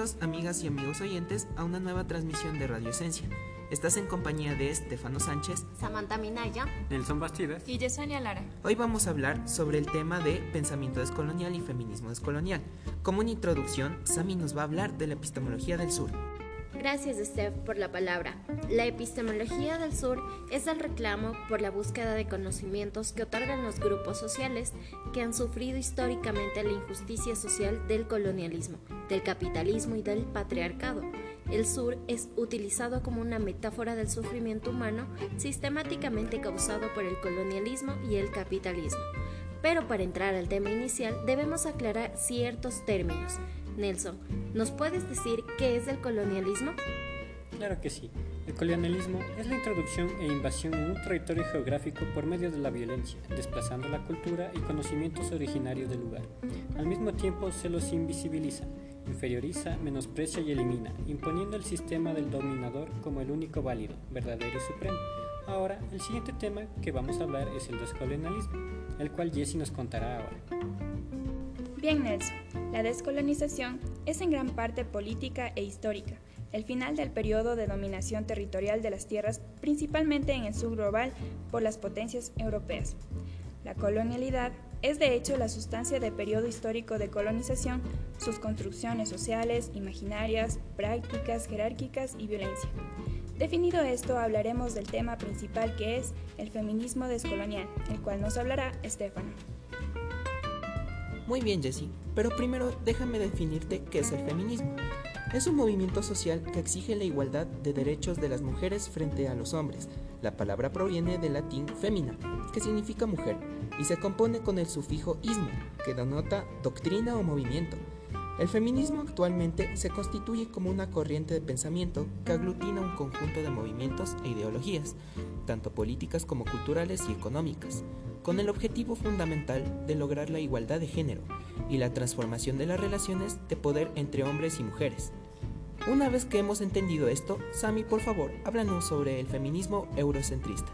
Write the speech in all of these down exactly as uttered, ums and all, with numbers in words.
Bienvenidos, amigas y amigos oyentes, a una nueva transmisión de Radio Esencia. Estás en compañía de Estefano Sánchez, Samantha Minaya, Nelson Bastidas y Yesenia Lara. Hoy vamos a hablar sobre el tema de pensamiento descolonial y feminismo descolonial. Como una introducción, Sami nos va a hablar de la epistemología del sur. Gracias, Steph, por la palabra. La epistemología del sur es el reclamo por la búsqueda de conocimientos que otorgan los grupos sociales que han sufrido históricamente la injusticia social del colonialismo, del capitalismo y del patriarcado. El sur es utilizado como una metáfora del sufrimiento humano sistemáticamente causado por el colonialismo y el capitalismo. Pero para entrar al tema inicial debemos aclarar ciertos términos. Nelson, ¿nos puedes decir qué es el colonialismo? Claro que sí. El colonialismo es la introducción e invasión en un territorio geográfico por medio de la violencia, desplazando la cultura y conocimientos originarios del lugar. Al mismo tiempo se los invisibiliza, inferioriza, menosprecia y elimina, imponiendo el sistema del dominador como el único válido, verdadero y supremo. Ahora, el siguiente tema que vamos a hablar es el descolonialismo, el cual Jessie nos contará ahora. Bien, Nelson, la descolonización es en gran parte política e histórica, el final del periodo de dominación territorial de las tierras, principalmente en el sur global, por las potencias europeas. La colonialidad es de hecho la sustancia del periodo histórico de colonización, sus construcciones sociales, imaginarias, prácticas, jerárquicas y violencia. Definido esto, hablaremos del tema principal que es el feminismo descolonial, el cual nos hablará Estefano. Muy bien, Jessie, pero primero déjame definirte qué es el feminismo. Es un movimiento social que exige la igualdad de derechos de las mujeres frente a los hombres. La palabra proviene del latín femina, que significa mujer, y se compone con el sufijo ismo, que denota doctrina o movimiento. El feminismo actualmente se constituye como una corriente de pensamiento que aglutina un conjunto de movimientos e ideologías, tanto políticas como culturales y económicas, con el objetivo fundamental de lograr la igualdad de género y la transformación de las relaciones de poder entre hombres y mujeres. Una vez que hemos entendido esto, Sami, por favor, háblanos sobre el feminismo eurocentrista.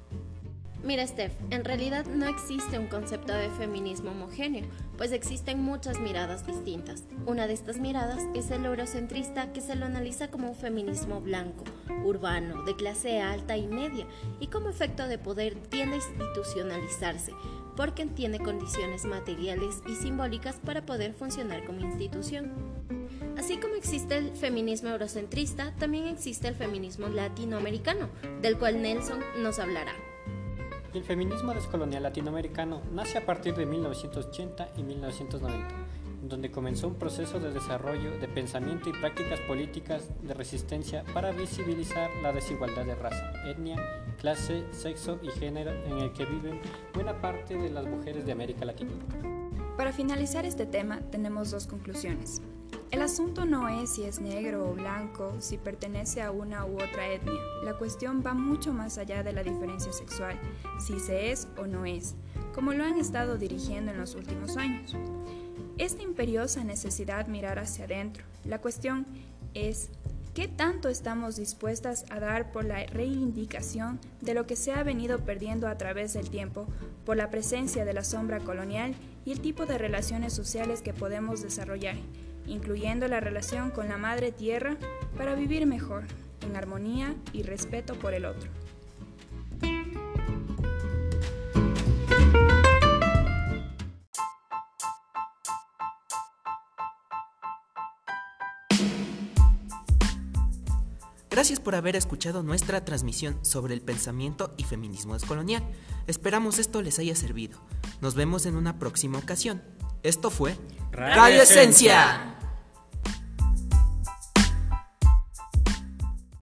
Mira, Steph, en realidad no existe un concepto de feminismo homogéneo, pues existen muchas miradas distintas. Una de estas miradas es el eurocentrista, que se lo analiza como un feminismo blanco, urbano, de clase alta y media, y como efecto de poder tiende a institucionalizarse, porque tiene condiciones materiales y simbólicas para poder funcionar como institución. Así como existe el feminismo eurocentrista, también existe el feminismo latinoamericano, del cual Nelson nos hablará. El feminismo descolonial latinoamericano nace a partir de mil novecientos ochenta y mil novecientos noventa, en donde comenzó un proceso de desarrollo de pensamiento y prácticas políticas de resistencia para visibilizar la desigualdad de raza, etnia, clase, sexo y género en el que viven buena parte de las mujeres de América Latina. Para finalizar este tema, tenemos dos conclusiones. El asunto no es si es negro o blanco, si pertenece a una u otra etnia. La cuestión va mucho más allá de la diferencia sexual, si se es o no es, como lo han estado dirigiendo en los últimos años. Esta imperiosa necesidad mirar hacia adentro. La cuestión es ¿qué tanto estamos dispuestas a dar por la reivindicación de lo que se ha venido perdiendo a través del tiempo, por la presencia de la sombra colonial y el tipo de relaciones sociales que podemos desarrollar, incluyendo la relación con la madre tierra, para vivir mejor, en armonía y respeto por el otro? Gracias por haber escuchado nuestra transmisión sobre el pensamiento y feminismo descolonial. Esperamos esto les haya servido. Nos vemos en una próxima ocasión. Esto fue Radio Esencia.